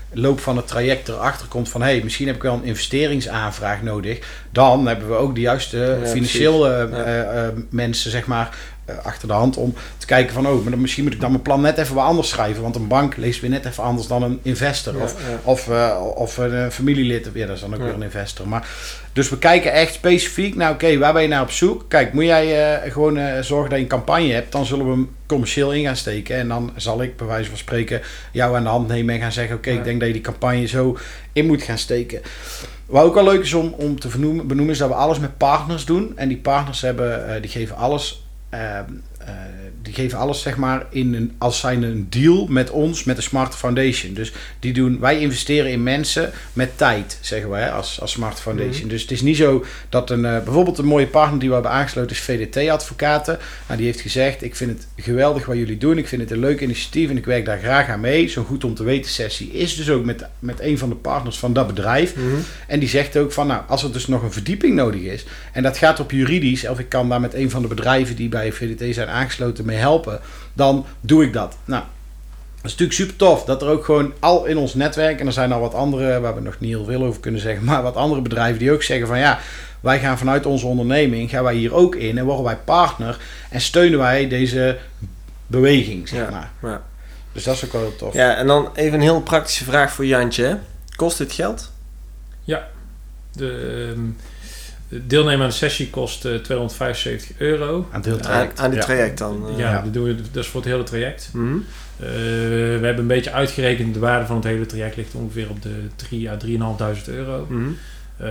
loop van het traject erachter komt van... hé, hey, misschien heb ik wel een investeringsaanvraag nodig. Dan hebben we ook de juiste ja, financiële ja. uh, uh, mensen, zeg maar... Uh, achter de hand om te kijken van... oh, maar dan, misschien moet ik dan mijn plan net even wat anders schrijven. Want een bank leest weer net even anders dan een investor. Ja, of, ja. of, uh, of een familielid. Ja, dat is dan ook ja. weer een investor. Maar, dus we kijken echt specifiek... nou oké, okay, waar ben je naar op zoek? Kijk, moet jij uh, gewoon uh, zorgen dat je een campagne hebt... dan zullen we hem commercieel in gaan steken. En dan zal ik, bij wijze van spreken... jou aan de hand nemen en gaan zeggen... oké, okay, ja. ik denk dat je die campagne zo in moet gaan steken. Wat ook wel leuk is om, om te benoemen, benoemen... is dat we alles met partners doen. En die partners hebben, uh, die geven alles... Uh, uh, die geven alles zeg maar in een, als zijn een deal met ons, met de Smart Foundation. Dus die doen, wij investeren in mensen met tijd, zeggen wij als, als Smart Foundation. Mm-hmm. Dus het is niet zo dat een, uh, bijvoorbeeld een mooie partner die we hebben aangesloten is V D T Advocaten. Nou, die heeft gezegd, ik vind het geweldig wat jullie doen. Ik vind het een leuk initiatief en ik werk daar graag aan mee. Zo'n goed om te weten sessie is dus ook met, met een van de partners van dat bedrijf. Mm-hmm. En die zegt ook van, nou, als er dus nog een verdieping nodig is en dat gaat op juridisch, of ik kan daar met een van de bedrijven die bij V D T zijn aangesloten mee helpen, dan doe ik dat. Nou, dat is natuurlijk super tof dat er ook gewoon al in ons netwerk, en er zijn al wat andere, waar we nog niet heel veel over kunnen zeggen, maar wat andere bedrijven die ook zeggen van ja, wij gaan vanuit onze onderneming, gaan wij hier ook in en worden wij partner en steunen wij deze beweging, zeg ja, maar. Ja. Dus dat is ook wel heel tof. Ja, en dan even een heel praktische vraag voor Jantje. Kost dit geld? Ja. De... Um... Deelnemen aan de sessie kost uh, tweehonderdvijfenzeventig euro. Aan het hele traject. Aan, aan dit ja. traject dan? Uh, ja, ja. Dat, doen we, dat is voor het hele traject. Mm-hmm. Uh, we hebben een beetje uitgerekend, de waarde van het hele traject ligt ongeveer op de drie à drieduizend vijfhonderd euro. Mm-hmm. Uh,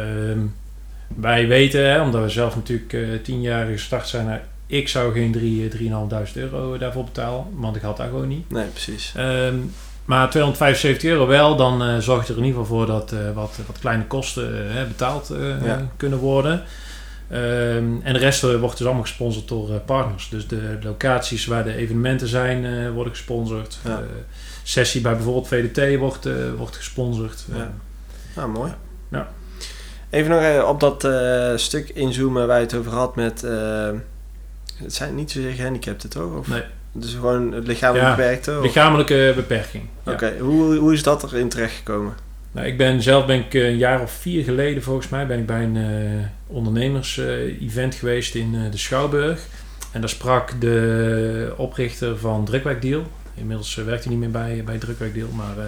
wij weten, hè, omdat we zelf natuurlijk uh, tien jaar gestart zijn, nou, ik zou geen drie, drieduizend vijfhonderd euro daarvoor betalen, want ik had dat gewoon niet. Nee, precies. Uh, Maar tweehonderdvijfenzeventig euro wel, dan uh, zorgt er in ieder geval voor dat uh, wat, wat kleine kosten uh, betaald uh, ja. kunnen worden. Um, en de rest uh, wordt dus allemaal gesponsord door uh, partners. Dus de locaties waar de evenementen zijn, uh, worden gesponsord. Ja. Uh, sessie bij bijvoorbeeld V D T wordt, uh, wordt gesponsord. Ja. Uh, nou, mooi. Ja. Even nog uh, op dat uh, stuk inzoomen waar je het over had met... Uh, het zijn niet zozeer gehandicapten, toch? Of? Nee. Dus gewoon het lichamelijk ja, beperkte? Of? Lichamelijke beperking. Oké, okay. ja. hoe, hoe is dat erin terechtgekomen? Nou, ik ben zelf ben ik een jaar of vier geleden volgens mij ben ik bij een uh, ondernemers uh, event geweest in uh, de Schouwburg. En daar sprak de oprichter van Drukwerkdeal. Inmiddels uh, werkt hij niet meer bij, bij Drukwerkdeal, maar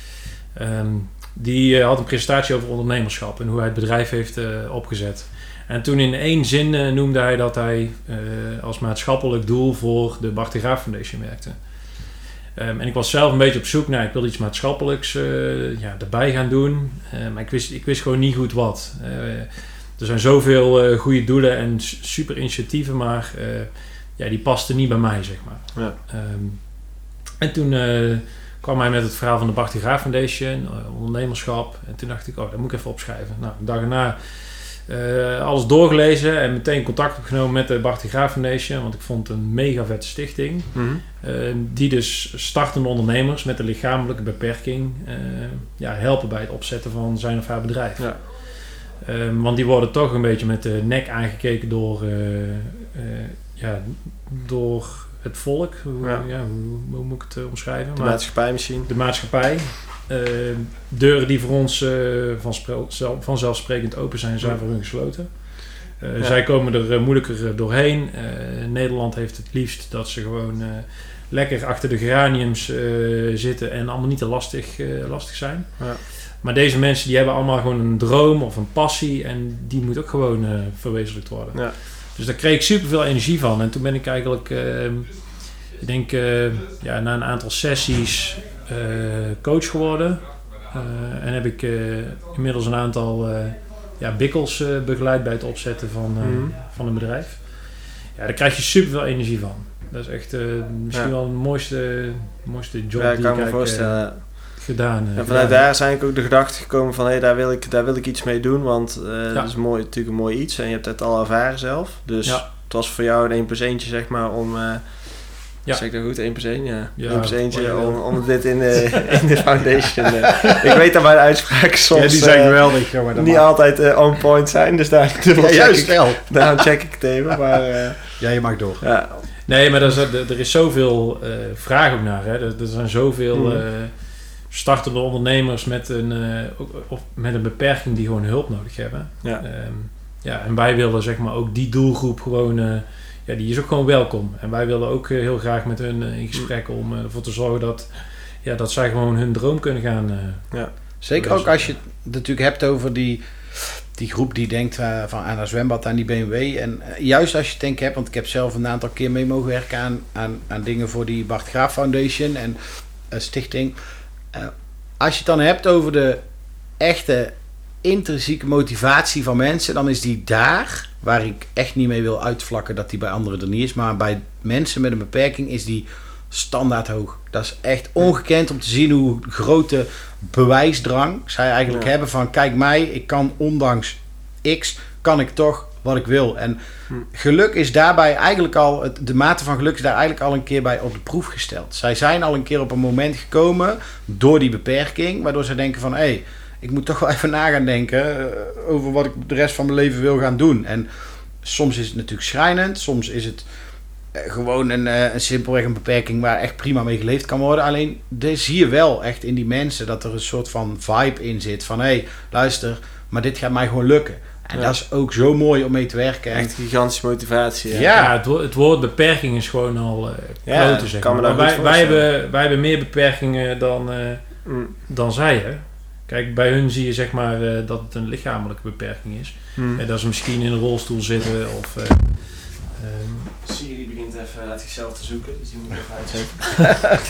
uh, um, die uh, had een presentatie over ondernemerschap en hoe hij het bedrijf heeft uh, opgezet. En toen in één zin uh, noemde hij dat hij uh, als maatschappelijk doel voor de Bart de Graaf Foundation werkte. Um, en ik was zelf een beetje op zoek naar, ik wilde iets maatschappelijks uh, ja, erbij gaan doen. Uh, maar ik wist, ik wist gewoon niet goed wat. Uh, er zijn zoveel uh, goede doelen en super initiatieven, maar uh, ja, die pasten niet bij mij, zeg maar. Ja. Um, en toen uh, kwam hij met het verhaal van de Bart de Graaf Foundation, uh, ondernemerschap. En toen dacht ik, oh, dat moet ik even opschrijven. Nou, een dag erna uh, alles doorgelezen en meteen contact opgenomen met de Bart de Graaf Foundation. Want ik vond het een mega vette stichting. Mm-hmm. Uh, die dus startende ondernemers met een lichamelijke beperking uh, ja, helpen bij het opzetten van zijn of haar bedrijf. Ja. Um, want die worden toch een beetje met de nek aangekeken door, uh, uh, ja, door het volk. Hoe, ja. Ja, hoe, hoe moet ik het uh, omschrijven? De maar maatschappij misschien. De maatschappij. Uh, deuren die voor ons uh, van spre- vanzelfsprekend open zijn, zijn ja. voor hun gesloten. Uh, ja. Zij komen er uh, moeilijker doorheen. Uh, Nederland heeft het liefst dat ze gewoon uh, lekker achter de geraniums uh, zitten en allemaal niet te lastig, uh, lastig zijn. Ja. Maar deze mensen die hebben allemaal gewoon een droom of een passie en die moet ook gewoon uh, verwezenlijkt worden. Ja. Dus daar kreeg ik super veel energie van. En toen ben ik eigenlijk, uh, ik denk uh, ja, na een aantal sessies uh, coach geworden. Uh, en heb ik uh, inmiddels een aantal uh, ja, bikkels uh, begeleid bij het opzetten van, uh, mm-hmm. van een bedrijf. Ja, daar krijg je super veel energie van. Dat is echt uh, misschien ja. wel de mooiste, mooiste job ja, die kan ik me uh, voorstellen. gedaan heb. En vanuit daar zijn ik ook de gedachte gekomen van hey, daar, wil ik, daar wil ik iets mee doen, want uh, ja. dat is mooi, natuurlijk een mooi iets en je hebt het al ervaren zelf. Dus ja. het was voor jou een één plus eentje zeg maar om, uh, ja. zeg ik dat goed, één plus één? Ja, ja één plus eentje om, om dit in de, in de foundation. Uh, ik weet dat mijn uitspraken soms ja, die zijn uh, geweldig, ja, maar niet mag. altijd uh, on point zijn, dus daar ja, juist wel. Daarom check ik het even. Maar, uh, ja, je mag door. Ja. Nee, maar er is, er is zoveel uh, vraag ook naar. Hè. Er, er zijn zoveel mm. uh, startende ondernemers met een, uh, of met een beperking die gewoon hulp nodig hebben. Ja. Um, ja, en wij willen zeg maar ook die doelgroep gewoon, uh, ja, die is ook gewoon welkom. En wij willen ook uh, heel graag met hun uh, in gesprek om uh, ervoor te zorgen dat, ja, dat zij gewoon hun droom kunnen gaan. Uh, ja. Zeker ook als je het natuurlijk hebt over die, die groep die denkt uh, van aan een zwembad, aan die B M W. En uh, juist als je het denk hebt, want ik heb zelf een aantal keer mee mogen werken aan, aan, aan dingen voor die Bart Graaf Foundation en uh, stichting. Uh, als je het dan hebt over de echte intrinsieke motivatie van mensen, dan is die daar, waar ik echt niet mee wil uitvlakken dat die bij anderen er niet is, maar bij mensen met een beperking is die standaard hoog. Dat is echt ongekend om te zien hoe grote bewijsdrang zij eigenlijk ja. hebben van kijk mij, ik kan ondanks X, kan ik toch wat ik wil. En hm. geluk is daarbij eigenlijk al, de mate van geluk is daar eigenlijk al een keer bij op de proef gesteld. Zij zijn al een keer op een moment gekomen door die beperking, waardoor zij denken van hé, hey, ik moet toch wel even na gaan denken uh, over wat ik de rest van mijn leven wil gaan doen. En soms is het natuurlijk schrijnend, soms is het uh, gewoon een, uh, een simpelweg een beperking waar echt prima mee geleefd kan worden. Alleen, dit zie je wel echt in die mensen dat er een soort van vibe in zit van hé, hey, luister, maar dit gaat mij gewoon lukken. En ja. dat is ook zo mooi om mee te werken. Echt gigantische motivatie. Ja, ja het, wo- het woord beperking is gewoon al uh, ja, kloten, zeg maar. maar wij, wij, hebben, wij hebben meer beperkingen dan, uh, mm. dan zij, hè. Kijk, bij hun zie je zeg maar uh, dat het een lichamelijke beperking is. Mm. En dat ze misschien in een rolstoel zitten of... Uh, um, Zie je, die begint even uit zichzelf te zoeken, dus die moet even uitzetten.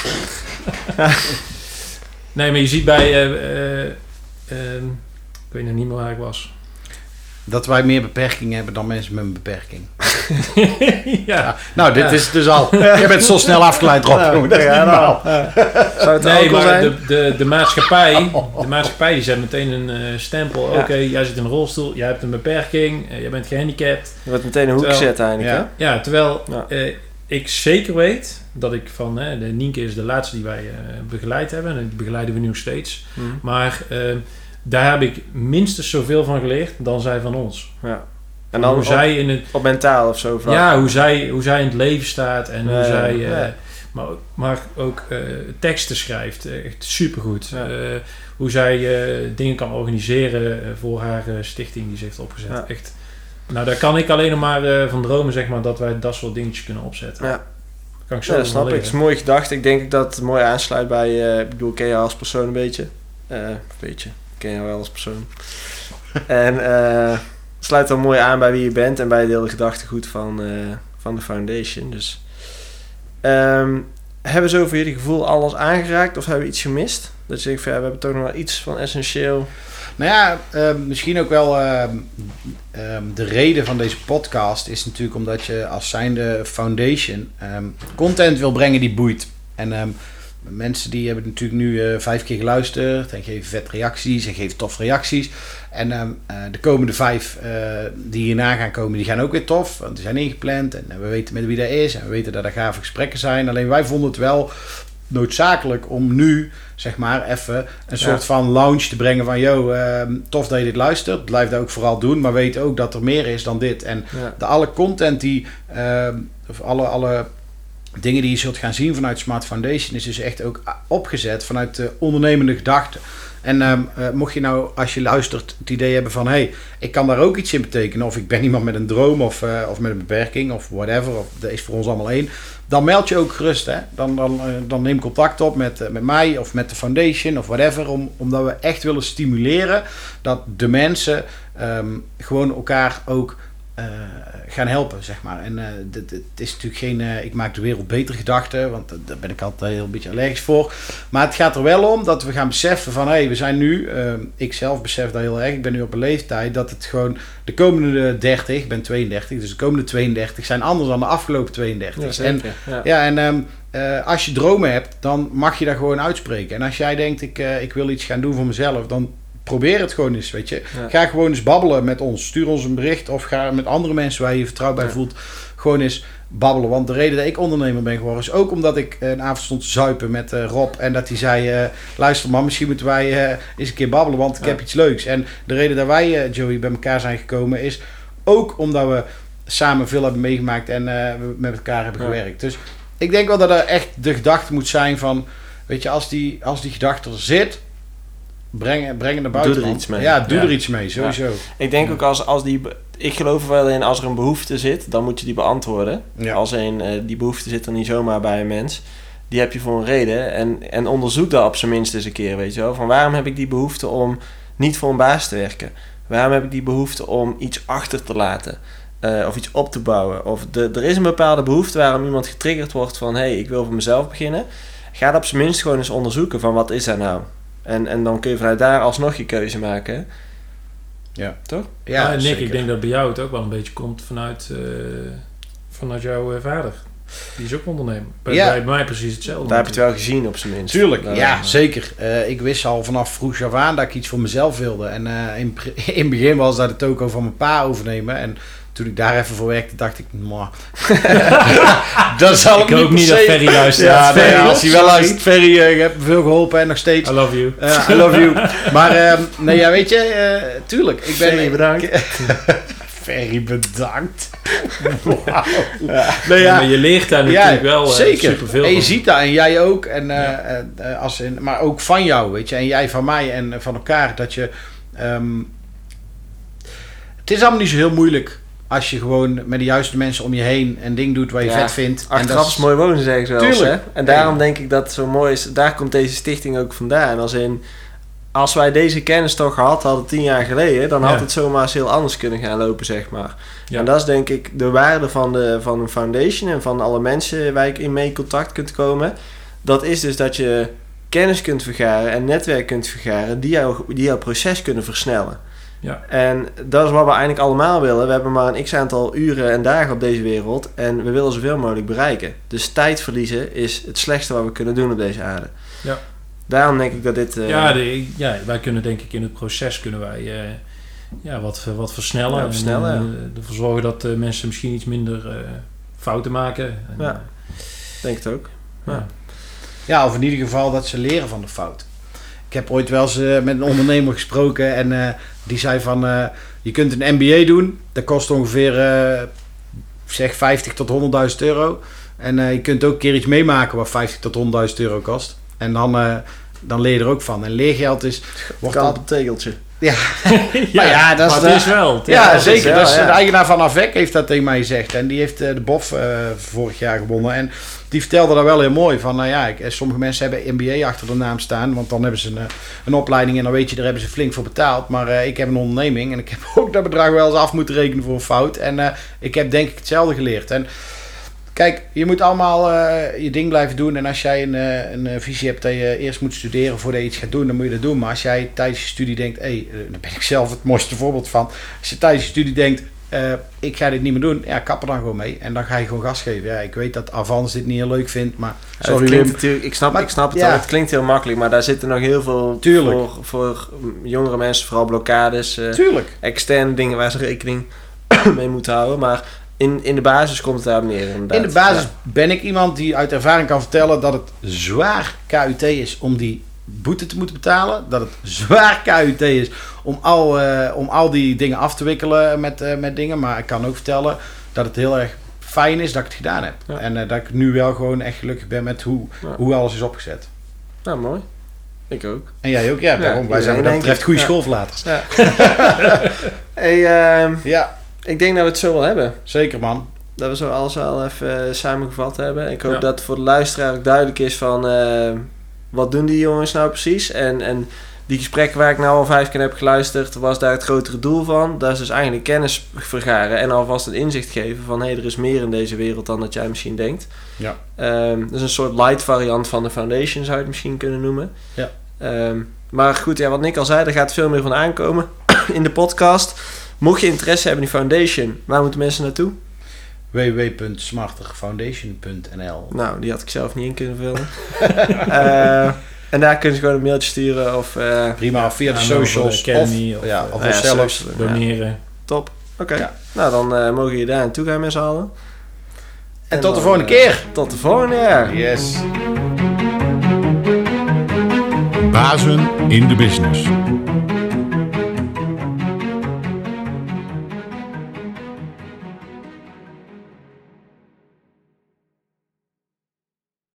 Nee, maar je ziet bij... Uh, uh, uh, ik weet nog niet meer waar ik was. Dat wij meer beperkingen hebben dan mensen met een beperking. ja. ja. Nou, dit ja. is dus al... Je bent zo snel afgeleid, Rob. Ja, dat is ja, niet normaal. Ja. Zou het nee, maar zijn? De, de, de maatschappij... De maatschappij die zet meteen een uh, stempel. Ja. Oké, okay, jij zit in een rolstoel. Jij hebt een beperking. Uh, jij bent gehandicapt. Je wordt meteen een hoek gezet eigenlijk. Ja, ja terwijl ja. Uh, ik zeker weet... Dat ik van... Uh, de Nienke is de laatste die wij uh, begeleid hebben. En die begeleiden we nu nog steeds. Mm. Maar... Uh, daar heb ik minstens zoveel van geleerd dan zij van ons. Ja. En dan hoe op, zij in het, op mentaal of zo? Vlak. Ja, hoe zij, hoe zij in het leven staat en ja, hoe zij... ja. Uh, maar, maar ook uh, teksten schrijft. Echt supergoed. Ja. Uh, hoe zij uh, dingen kan organiseren uh, voor haar uh, stichting die ze heeft opgezet. Ja. Echt. Nou, daar kan ik alleen nog maar uh, van dromen, zeg maar, dat wij dat soort dingetjes kunnen opzetten. Ja. Kan ik zo ja, dat snap ik. Het is mooi gedacht. Ik denk dat het mooi aansluit bij... Uh, ik bedoel, ken je als persoon een beetje? Uh, een beetje. Ik ken jou wel als persoon. en uh, sluit dan mooi aan bij wie je bent en bij de hele gedachtegoed van, uh, van de foundation. Dus um, hebben ze over jullie gevoel alles aangeraakt of hebben we iets gemist? Dat je denkt van ja, we hebben toch nog wel iets van essentieel. Nou ja, uh, misschien ook wel uh, um, de reden van deze podcast is natuurlijk omdat je als zijnde foundation um, content wil brengen die boeit. En um, mensen die hebben natuurlijk nu uh, vijf keer geluisterd en geven vet reacties en geven tof reacties. En um, uh, de komende vijf uh, die hierna gaan komen, die gaan ook weer tof. Want die zijn ingepland en uh, we weten met wie dat is. En we weten dat er gave gesprekken zijn. Alleen wij vonden het wel noodzakelijk om nu, zeg maar, even een ja. soort van launch te brengen van yo, uh, tof dat je dit luistert. Blijf dat ook vooral doen, maar weet ook dat er meer is dan dit. En ja. de alle content die, uh, of alle... alle dingen die je zult gaan zien vanuit Smart Foundation is dus echt ook opgezet vanuit de ondernemende gedachte. En um, uh, mocht je nou, als je luistert, het idee hebben van hé, hey, ik kan daar ook iets in betekenen, of ik ben iemand met een droom of, uh, of met een beperking of whatever, of dat is voor ons allemaal één, dan meld je ook gerust. Hè? Dan, dan, uh, dan neem contact op met, uh, met mij of met de foundation of whatever, om, omdat we echt willen stimuleren dat de mensen um, gewoon elkaar ook Uh, gaan helpen, zeg maar. En uh, dit, dit is natuurlijk geen uh, ik maak de wereld beter gedachte, want uh, daar ben ik altijd heel een beetje allergisch voor. Maar het gaat er wel om dat we gaan beseffen van hé, hey, we zijn nu, uh, ik zelf besef dat heel erg, ik ben nu op een leeftijd dat het gewoon de komende dertig, ik ben tweeëndertig, dus de komende tweeëndertig zijn anders dan de afgelopen tweeëndertig. Ja, zeker. En, ja. ja, en um, uh, als je dromen hebt, dan mag je dat gewoon uitspreken. En als jij denkt, ik, uh, ik wil iets gaan doen voor mezelf, dan probeer het gewoon eens, weet je. Ja. Ga gewoon eens babbelen met ons. Stuur ons een bericht of ga met andere mensen waar je je vertrouwd bij ja. voelt. Gewoon eens babbelen. Want de reden dat ik ondernemer ben geworden is ook omdat ik een avond stond te zuipen met uh, Rob. En dat hij zei, uh, luister man, misschien moeten wij uh, eens een keer babbelen, want ik ja. heb iets leuks. En de reden dat wij, uh, Joey, bij elkaar zijn gekomen is ook omdat we samen veel hebben meegemaakt en uh, we met elkaar hebben ja. gewerkt. Dus ik denk wel dat er echt de gedachte moet zijn van weet je, als die, als die gedachte er zit, breng, breng het naar buiten. Doe er iets mee. Ja, doe Ja. er iets mee, sowieso. Ja. Ik denk ook als, als die... Ik geloof er wel in, als er een behoefte zit, dan moet je die beantwoorden. Ja. Als een, uh, die behoefte zit er niet zomaar bij een mens. Die heb je voor een reden. En, en onderzoek dat op zijn minst eens een keer, weet je wel. Van waarom heb ik die behoefte om niet voor een baas te werken? Waarom heb ik die behoefte om iets achter te laten? Uh, of iets op te bouwen? Of de, er is een bepaalde behoefte waarom iemand getriggerd wordt van... hé, hey, ik wil voor mezelf beginnen. Ga dat op zijn minst gewoon eens onderzoeken van wat is dat nou? En, en dan kun je vanuit daar alsnog je keuze maken. Hè? Ja. Toch? Ja, Ja, Nick, zeker. ik denk dat bij jou het ook wel een beetje komt vanuit, uh, vanuit jouw uh, vader. Die is ook ondernemer. Bij, Ja. bij mij precies hetzelfde. Daar heb je het wel gezien op zijn minst. Tuurlijk, Nou, ja, uh, zeker. Uh, ik wist al vanaf vroeg af aan dat ik iets voor mezelf wilde. En uh, in, in het begin was dat het ook over van mijn pa overnemen. En toen ik daar even voor werkte, dacht ik, mwah. dat zal Ik hoop niet dat Ferry luistert. Ja, nee, Ferry, als hij wel sorry. luistert, Ferry, uh, je hebt me veel geholpen en nog steeds. I love you. Uh, I love you. Maar uh, nee, ja, weet je, uh, tuurlijk. Ik ben, Ferry, bedankt. Ferry, bedankt. Wow. Ja. Ja, Nee, ja. maar je leert daar Ja, natuurlijk wel uh, zeker. superveel En je van. ziet dat en jij ook. En, uh, Ja. uh, uh, als in, maar ook van jou, weet je. En jij van mij en uh, van elkaar. Dat je... Um, het is allemaal niet zo heel moeilijk als je gewoon met de juiste mensen om je heen een ding doet waar je Ja, vet vindt. En Achteraf dat is mooi wonen, zeggen ze wel eens. Tuurlijk. Hè? En daarom denk ik dat het zo mooi is. Daar komt deze stichting ook vandaan. Als in... Als wij deze kennis toch gehad hadden tien jaar geleden, dan had Ja. het zomaar eens heel anders kunnen gaan lopen, zeg maar. Ja. En dat is denk ik de waarde van, de, van een foundation en van alle mensen waar je in mee in contact kunt komen. Dat is dus dat je kennis kunt vergaren en netwerk kunt vergaren die, jou, die jouw proces kunnen versnellen. Ja. En dat is wat we eigenlijk allemaal willen. We hebben maar een x-aantal uren en dagen op deze wereld en we willen zoveel mogelijk bereiken. Dus tijd verliezen is het slechtste wat we kunnen doen op deze aarde. Ja. Daarom denk ik dat dit... Uh, Ja, de, ja, wij kunnen denk ik in het proces kunnen wij uh, ja, wat, wat versnellen. Ja, versnellen, en uh, ja. ervoor zorgen dat uh, mensen misschien iets minder uh, fouten maken. En, Ja. Denk het ook. uh, Ja. Ja, of in ieder geval dat ze leren van de fout. Ik heb ooit wel eens uh, met een ondernemer gesproken en uh, die zei van... Uh, je kunt een M B A doen, dat kost ongeveer uh, zeg vijftig tot honderdduizend euro. En uh, je kunt ook een keer iets meemaken wat vijftig tot honderdduizend euro kost. En dan, uh, dan leer je er ook van. En leergeld is... Wordt Kan al, op een tegeltje. ja, ja, maar ja, dat is maar het de- is wel. Het is ja, wel. zeker. wel, Dat is ja. de eigenaar van Avec heeft dat tegen mij gezegd. En die heeft uh, de B O F uh, vorig jaar gewonnen. En die vertelde dat wel heel mooi. Van, nou ja, ik, sommige mensen hebben M B A achter de naam staan. Want dan hebben ze een, een opleiding en dan weet je, daar hebben ze flink voor betaald. Maar uh, ik heb een onderneming en ik heb ook dat bedrag wel eens af moeten rekenen voor een fout. En uh, ik heb denk ik hetzelfde geleerd. En kijk, je moet allemaal uh, je ding blijven doen. En als jij een, uh, een uh, visie hebt dat je eerst moet studeren voordat je iets gaat doen, dan moet je dat doen. Maar als jij tijdens je studie denkt, hé, hey, daar ben ik zelf het mooiste voorbeeld van. Als je tijdens je studie denkt, uh, ik ga dit niet meer doen, ja, kap er dan gewoon mee. En dan ga je gewoon gas geven. Ja, ik weet dat Avans dit niet heel leuk vindt, maar Ja, sorry het klinkt Wim. natuurlijk, ik snap, Maar- ik snap het ja. al. Het klinkt heel makkelijk, maar daar zitten nog heel veel Tuurlijk. voor, voor jongere mensen, vooral blokkades, uh, Tuurlijk. externe dingen waar ze rekening mee moeten houden. Maar in, in de basis komt het daar neer. Inderdaad. In de basis Ja. ben ik iemand die uit ervaring kan vertellen dat het zwaar K U T is om die boete te moeten betalen. Dat het zwaar K U T is om al, uh, om al die dingen af te wikkelen met, uh, met dingen. Maar ik kan ook vertellen dat het heel erg fijn is dat ik het gedaan heb. Ja. En uh, dat ik nu wel gewoon echt gelukkig ben met hoe, Ja. hoe alles is opgezet. Nou, mooi. Ik ook. En jij ook? Ja, daarom. Wij iedereen zijn wat dat denk betreft ik. goede Ja. schoolverlaters. Ja. hey, ehm, Ja, ik denk dat we het zo wel hebben. zeker man. Dat we zo alles al even uh, samengevat hebben. Ik hoop Ja. dat voor de luisteraar ook duidelijk is van... Uh, wat doen die jongens nou precies? En, en die gesprekken waar ik nou al vijf keer heb geluisterd... was daar het grotere doel van. Dat is dus eigenlijk kennis vergaren... en alvast een inzicht geven van... hé, hey, er is meer in deze wereld dan dat jij misschien denkt. Ja. Um, dat is een soort light variant van de foundation... zou je het misschien kunnen noemen. Ja. Um, maar goed, ja, wat Nick al zei... er gaat veel meer van aankomen in de podcast. Mocht je interesse hebben in die foundation... waar moeten mensen naartoe? w w w punt smarterfoundation punt n l Nou, die had ik zelf niet in kunnen vullen. uh, en daar kunnen ze gewoon een mailtje sturen of... Uh, Prima, via de Ja, maar voor de socials Academy of, of, ja, uh, of nou ja, zelf. social, doneren. top. Oké. Ja. Nou, dan uh, mogen jullie daar naartoe gaan met z'n allen. En tot de dan, volgende uh, keer. Tot de volgende keer. Yes. Bazen in de business.